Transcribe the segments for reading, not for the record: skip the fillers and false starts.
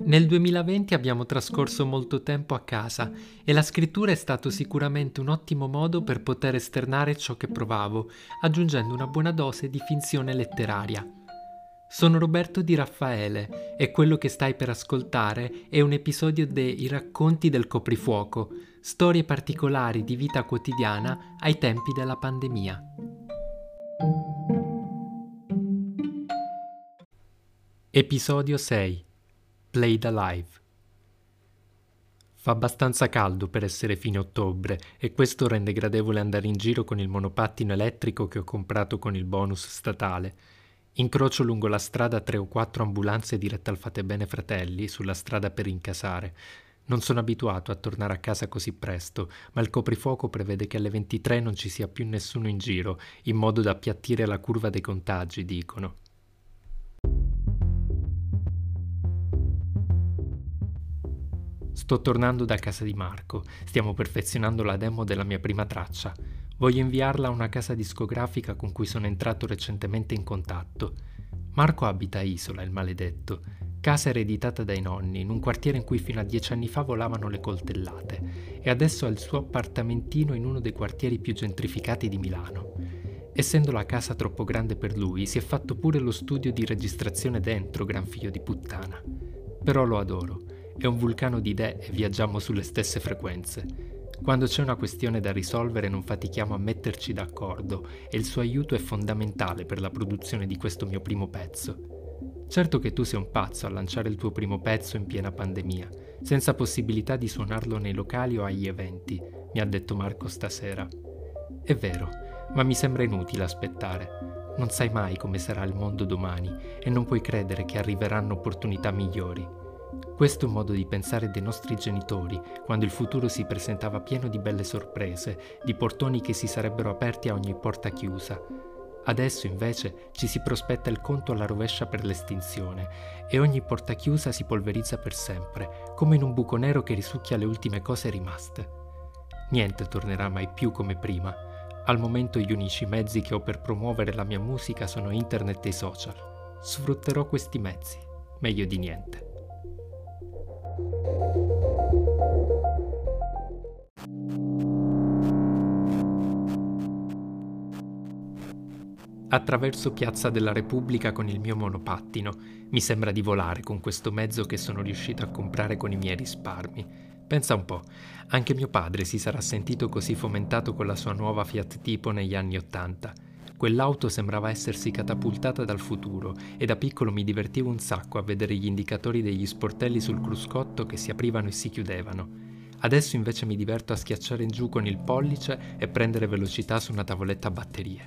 Nel 2020 abbiamo trascorso molto tempo a casa e la scrittura è stato sicuramente un ottimo modo per poter esternare ciò che provavo, aggiungendo una buona dose di finzione letteraria. Sono Roberto Di Raffaele e quello che stai per ascoltare è un episodio dei Racconti del Coprifuoco, storie particolari di vita quotidiana ai tempi della pandemia. Episodio 6. Played Alive. Fa abbastanza caldo per essere fine ottobre e questo rende gradevole andare in giro con il monopattino elettrico che ho comprato con il bonus statale. Incrocio lungo la strada 3 o 4 ambulanze dirette al Fate Bene Fratelli sulla strada per Incasare. Non sono abituato a tornare a casa così presto, ma il coprifuoco prevede che alle 23 non ci sia più nessuno in giro, in modo da appiattire la curva dei contagi, dicono. Sto tornando da casa di Marco, stiamo perfezionando la demo della mia prima traccia. Voglio inviarla a una casa discografica con cui sono entrato recentemente in contatto. Marco abita a Isola, il maledetto, casa ereditata dai nonni, in un quartiere in cui fino a 10 anni fa volavano le coltellate, e adesso ha il suo appartamentino in uno dei quartieri più gentrificati di Milano. Essendo la casa troppo grande per lui, si è fatto pure lo studio di registrazione dentro, gran figlio di puttana. Però lo adoro. È un vulcano di idee e viaggiamo sulle stesse frequenze. Quando c'è una questione da risolvere non fatichiamo a metterci d'accordo e il suo aiuto è fondamentale per la produzione di questo mio primo pezzo. Certo che tu sei un pazzo a lanciare il tuo primo pezzo in piena pandemia, senza possibilità di suonarlo nei locali o agli eventi, mi ha detto Marco stasera. È vero, ma mi sembra inutile aspettare. Non sai mai come sarà il mondo domani e non puoi credere che arriveranno opportunità migliori. Questo è un modo di pensare dei nostri genitori, quando il futuro si presentava pieno di belle sorprese, di portoni che si sarebbero aperti a ogni porta chiusa. Adesso invece ci si prospetta il conto alla rovescia per l'estinzione e ogni porta chiusa si polverizza per sempre, come in un buco nero che risucchia le ultime cose rimaste. Niente tornerà mai più come prima. Al momento gli unici mezzi che ho per promuovere la mia musica sono internet e i social. Sfrutterò questi mezzi, meglio di niente. Attraverso Piazza della Repubblica con il mio monopattino. Mi sembra di volare con questo mezzo che sono riuscito a comprare con i miei risparmi. Pensa un po', anche mio padre si sarà sentito così fomentato con la sua nuova Fiat Tipo negli anni '80. Quell'auto sembrava essersi catapultata dal futuro e da piccolo mi divertivo un sacco a vedere gli indicatori degli sportelli sul cruscotto che si aprivano e si chiudevano. Adesso invece mi diverto a schiacciare in giù con il pollice e prendere velocità su una tavoletta a batterie.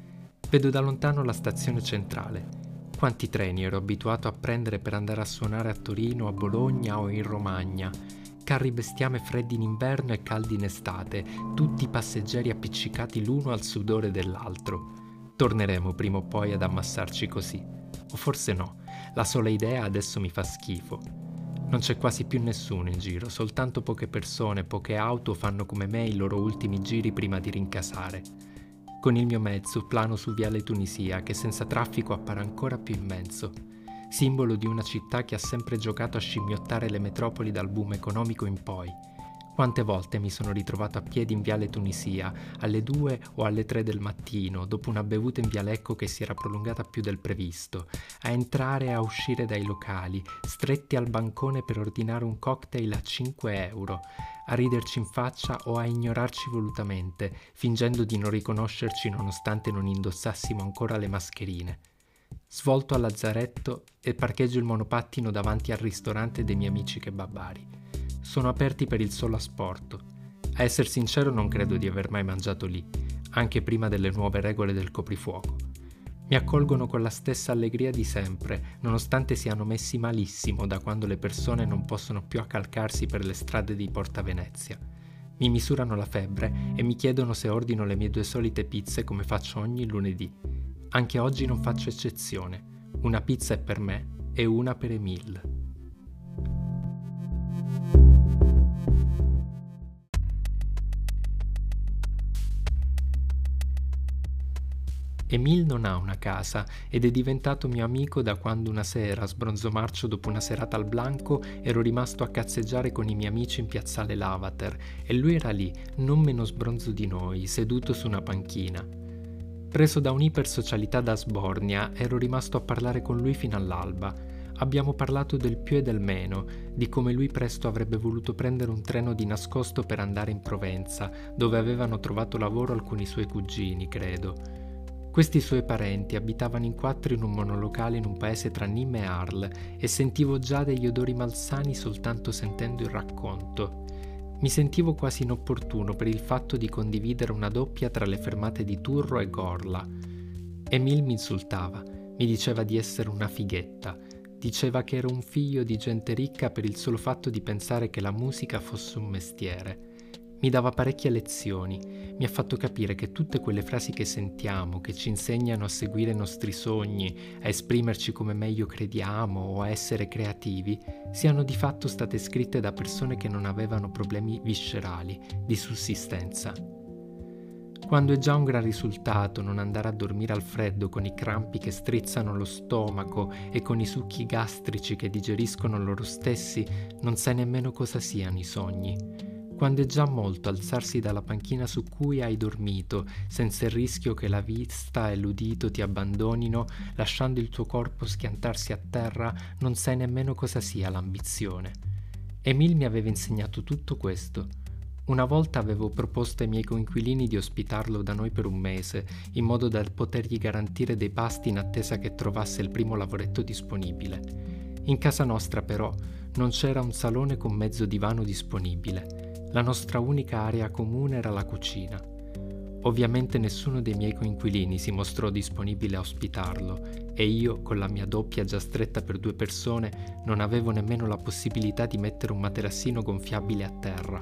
Vedo da lontano la stazione centrale. Quanti treni ero abituato a prendere per andare a suonare a Torino, a Bologna o in Romagna. Carri bestiame freddi in inverno e caldi in estate, tutti passeggeri appiccicati l'uno al sudore dell'altro. Torneremo prima o poi ad ammassarci così. O forse no, la sola idea adesso mi fa schifo. Non c'è quasi più nessuno in giro, soltanto poche persone, poche auto fanno come me i loro ultimi giri prima di rincasare. Con il mio mezzo plano su Viale Tunisia, che senza traffico appare ancora più immenso. Simbolo di una città che ha sempre giocato a scimmiottare le metropoli dal boom economico in poi. Quante volte mi sono ritrovato a piedi in Viale Tunisia, alle 2 o alle 3 del mattino, dopo una bevuta in Vialecco che si era prolungata più del previsto, a entrare e a uscire dai locali, stretti al bancone per ordinare un cocktail a 5 euro, a riderci in faccia o a ignorarci volutamente, fingendo di non riconoscerci nonostante non indossassimo ancora le mascherine. Svolto al lazzaretto e parcheggio il monopattino davanti al ristorante dei miei amici kebabari. Sono aperti per il solo asporto. A esser sincero non credo di aver mai mangiato lì, anche prima delle nuove regole del coprifuoco. Mi accolgono con la stessa allegria di sempre, nonostante siano messi malissimo da quando le persone non possono più accalcarsi per le strade di Porta Venezia. Mi misurano la febbre e mi chiedono se ordino le mie 2 solite pizze come faccio ogni lunedì. Anche oggi non faccio eccezione. Una pizza è per me e una per Emile. Emil non ha una casa ed è diventato mio amico da quando una sera, sbronzo marcio dopo una serata al Blanco, ero rimasto a cazzeggiare con i miei amici in piazzale Lavater e lui era lì, non meno sbronzo di noi, seduto su una panchina. Preso da un'ipersocialità da sbornia, ero rimasto a parlare con lui fino all'alba. Abbiamo parlato del più e del meno, di come lui presto avrebbe voluto prendere un treno di nascosto per andare in Provenza, dove avevano trovato lavoro alcuni suoi cugini, credo. Questi suoi parenti abitavano in 4 in un monolocale in un paese tra Nîmes e Arles e sentivo già degli odori malsani soltanto sentendo il racconto. Mi sentivo quasi inopportuno per il fatto di condividere una doppia tra le fermate di Turro e Gorla. Emil mi insultava, mi diceva di essere una fighetta, diceva che ero un figlio di gente ricca per il solo fatto di pensare che la musica fosse un mestiere. Mi dava parecchie lezioni, mi ha fatto capire che tutte quelle frasi che sentiamo, che ci insegnano a seguire i nostri sogni, a esprimerci come meglio crediamo o a essere creativi, siano di fatto state scritte da persone che non avevano problemi viscerali, di sussistenza. Quando è già un gran risultato non andare a dormire al freddo con i crampi che strizzano lo stomaco e con i succhi gastrici che digeriscono loro stessi, non sai nemmeno cosa siano i sogni. Quando è già molto alzarsi dalla panchina su cui hai dormito, senza il rischio che la vista e l'udito ti abbandonino, lasciando il tuo corpo schiantarsi a terra, non sai nemmeno cosa sia l'ambizione. Emil mi aveva insegnato tutto questo. Una volta avevo proposto ai miei coinquilini di ospitarlo da noi per un mese, in modo da potergli garantire dei pasti in attesa che trovasse il primo lavoretto disponibile. In casa nostra, però, non c'era un salone con mezzo divano disponibile. La nostra unica area comune era la cucina. Ovviamente nessuno dei miei coinquilini si mostrò disponibile a ospitarlo e io, con la mia doppia già stretta per 2 persone, non avevo nemmeno la possibilità di mettere un materassino gonfiabile a terra.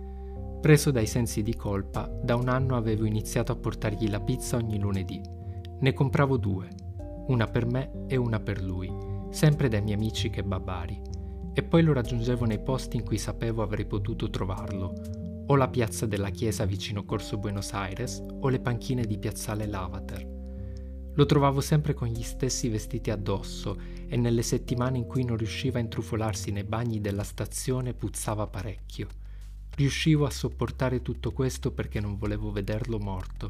Preso dai sensi di colpa, da 1 anno avevo iniziato a portargli la pizza ogni lunedì. Ne compravo 2, una per me e una per lui, sempre dai miei amici kebabari. E poi lo raggiungevo nei posti in cui sapevo avrei potuto trovarlo, o la piazza della chiesa vicino Corso Buenos Aires o le panchine di piazzale Lavater. Lo trovavo sempre con gli stessi vestiti addosso e nelle settimane in cui non riusciva a intrufolarsi nei bagni della stazione puzzava parecchio. Riuscivo a sopportare tutto questo perché non volevo vederlo morto.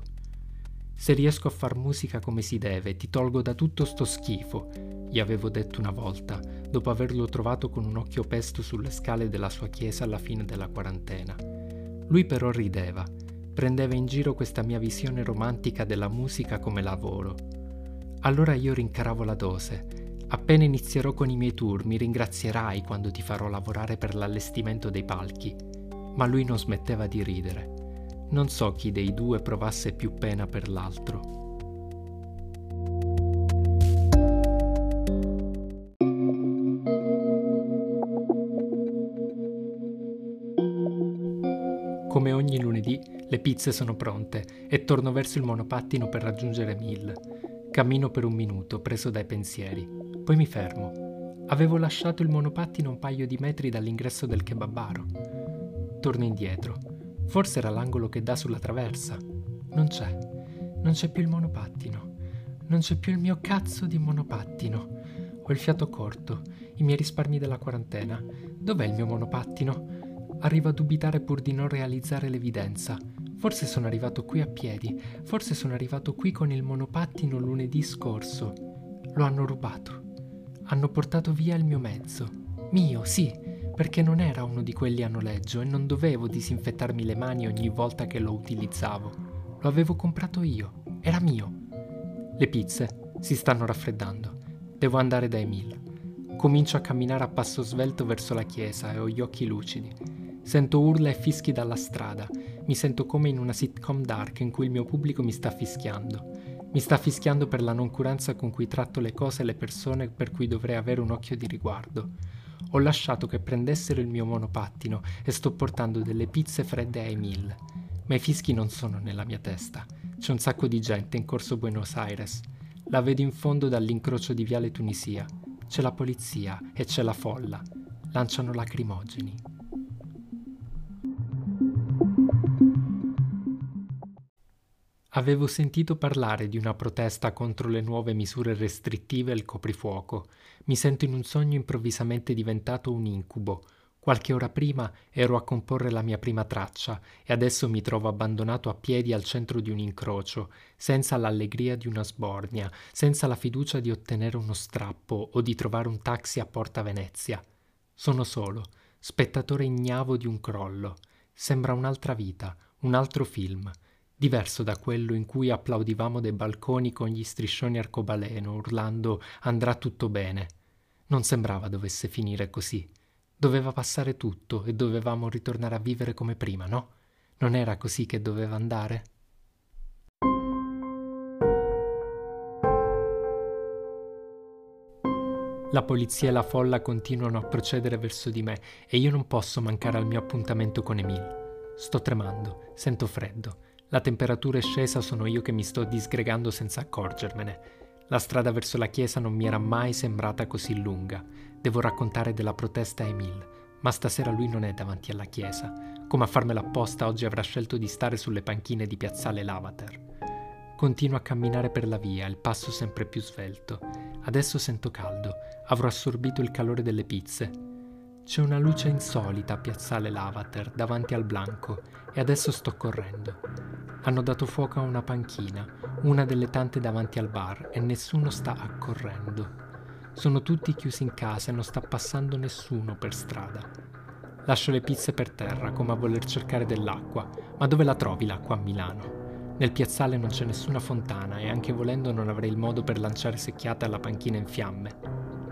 Se riesco a far musica come si deve, ti tolgo da tutto sto schifo, gli avevo detto una volta, dopo averlo trovato con un occhio pesto sulle scale della sua chiesa alla fine della quarantena. Lui però rideva, prendeva in giro questa mia visione romantica della musica come lavoro. Allora io rincaravo la dose. Appena inizierò con i miei tour, mi ringrazierai quando ti farò lavorare per l'allestimento dei palchi. Ma lui non smetteva di ridere. Non so chi dei due provasse più pena per l'altro. Come ogni lunedì, le pizze sono pronte e torno verso il monopattino per raggiungere Emil. Cammino per 1 minuto, preso dai pensieri. Poi mi fermo. Avevo lasciato il monopattino a un paio di metri dall'ingresso del kebabaro. Torno indietro. Forse era l'angolo che dà sulla traversa. Non c'è più il monopattino. Non c'è più il mio cazzo di monopattino. Ho il fiato corto, i miei risparmi della quarantena. Dov'è il mio monopattino? Arrivo a dubitare pur di non realizzare l'evidenza. Forse sono arrivato qui a piedi, forse sono arrivato qui con il monopattino lunedì scorso. Lo hanno rubato. Hanno portato via il mio mezzo. Mio, sì, perché non era uno di quelli a noleggio e non dovevo disinfettarmi le mani ogni volta che lo utilizzavo. Lo avevo comprato io, era mio. Le pizze si stanno raffreddando. Devo andare da Emil. Comincio a camminare a passo svelto verso la chiesa e ho gli occhi lucidi. Sento urla e fischi dalla strada. Mi sento come in una sitcom dark in cui il mio pubblico mi sta fischiando. Mi sta fischiando per la noncuranza con cui tratto le cose e le persone per cui dovrei avere un occhio di riguardo. Ho lasciato che prendessero il mio monopattino e sto portando delle pizze fredde a Emil. Ma i fischi non sono nella mia testa. C'è un sacco di gente in Corso Buenos Aires. La vedo in fondo dall'incrocio di Viale Tunisia. C'è la polizia e c'è la folla. Lanciano lacrimogeni. Avevo sentito parlare di una protesta contro le nuove misure restrittive e il coprifuoco. Mi sento in un sogno improvvisamente diventato un incubo. Qualche ora prima ero a comporre la mia prima traccia e adesso mi trovo abbandonato a piedi al centro di un incrocio, senza l'allegria di una sbornia, senza la fiducia di ottenere uno strappo o di trovare un taxi a Porta Venezia. Sono solo, spettatore ignavo di un crollo. Sembra un'altra vita, un altro film. Diverso da quello in cui applaudivamo dai balconi con gli striscioni arcobaleno, urlando «Andrà tutto bene». Non sembrava dovesse finire così. Doveva passare tutto e dovevamo ritornare a vivere come prima, no? Non era così che doveva andare? La polizia e la folla continuano a procedere verso di me e io non posso mancare al mio appuntamento con Emile. Sto tremando, sento freddo. La temperatura è scesa, sono io che mi sto disgregando senza accorgermene. La strada verso la chiesa non mi era mai sembrata così lunga. Devo raccontare della protesta a Emile, ma stasera lui non è davanti alla chiesa. Come a farmela apposta, oggi avrà scelto di stare sulle panchine di piazzale Lavater. Continuo a camminare per la via, il passo sempre più svelto. Adesso sento caldo, avrò assorbito il calore delle pizze. C'è una luce insolita a piazzale Lavater, davanti al Blanco, e adesso sto correndo. Hanno dato fuoco a una panchina, una delle tante davanti al bar, e nessuno sta accorrendo. Sono tutti chiusi in casa e non sta passando nessuno per strada. Lascio le pizze per terra, come a voler cercare dell'acqua, ma dove la trovi l'acqua a Milano? Nel piazzale non c'è nessuna fontana e anche volendo non avrei il modo per lanciare secchiate alla panchina in fiamme.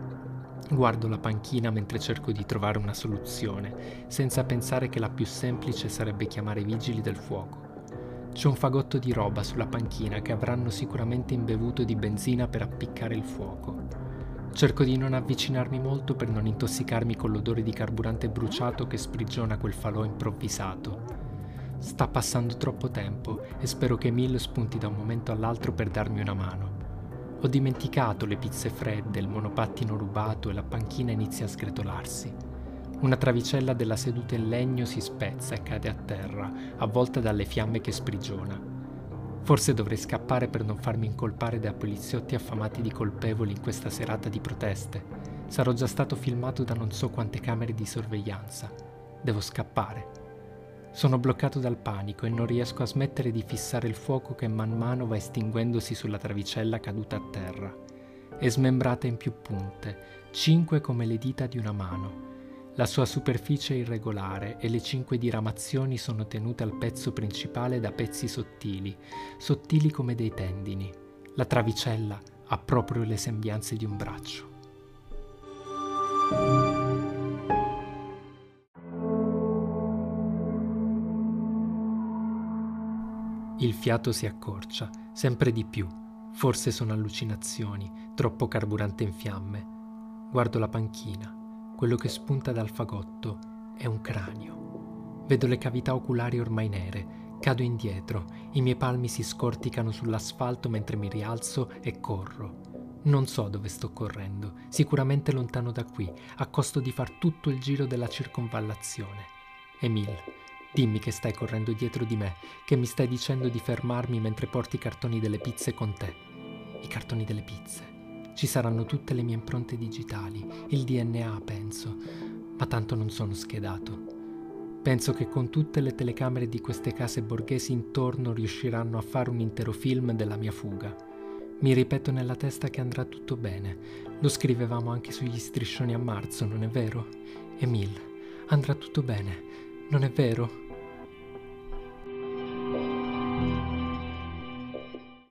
Guardo la panchina mentre cerco di trovare una soluzione, senza pensare che la più semplice sarebbe chiamare i vigili del fuoco. C'è un fagotto di roba sulla panchina che avranno sicuramente imbevuto di benzina per appiccare il fuoco. Cerco di non avvicinarmi molto per non intossicarmi con l'odore di carburante bruciato che sprigiona quel falò improvvisato. Sta passando troppo tempo e spero che Emile spunti da un momento all'altro per darmi una mano. Ho dimenticato le pizze fredde, il monopattino rubato e la panchina inizia a sgretolarsi. Una travicella della seduta in legno si spezza e cade a terra, avvolta dalle fiamme che sprigiona. Forse dovrei scappare per non farmi incolpare da poliziotti affamati di colpevoli in questa serata di proteste. Sarò già stato filmato da non so quante camere di sorveglianza. Devo scappare. Sono bloccato dal panico e non riesco a smettere di fissare il fuoco che man mano va estinguendosi sulla travicella caduta a terra. È smembrata in più punte, 5 come le dita di una mano. La sua superficie è irregolare e le 5 diramazioni sono tenute al pezzo principale da pezzi sottili, sottili come dei tendini. La travicella ha proprio le sembianze di un braccio. Il fiato si accorcia, sempre di più. Forse sono allucinazioni, troppo carburante in fiamme. Guardo la panchina. Quello che spunta dal fagotto è un cranio. Vedo le cavità oculari ormai nere. Cado indietro. I miei palmi si scorticano sull'asfalto mentre mi rialzo e corro. Non so dove sto correndo. Sicuramente lontano da qui, a costo di far tutto il giro della circonvallazione. Emile. Dimmi che stai correndo dietro di me, che mi stai dicendo di fermarmi mentre porti i cartoni delle pizze con te. I cartoni delle pizze. Ci saranno tutte le mie impronte digitali, il DNA, penso, ma tanto non sono schedato. Penso che con tutte le telecamere di queste case borghesi intorno riusciranno a fare un intero film della mia fuga. Mi ripeto nella testa che andrà tutto bene. Lo scrivevamo anche sugli striscioni a marzo, non è vero? Emile, andrà tutto bene, non è vero?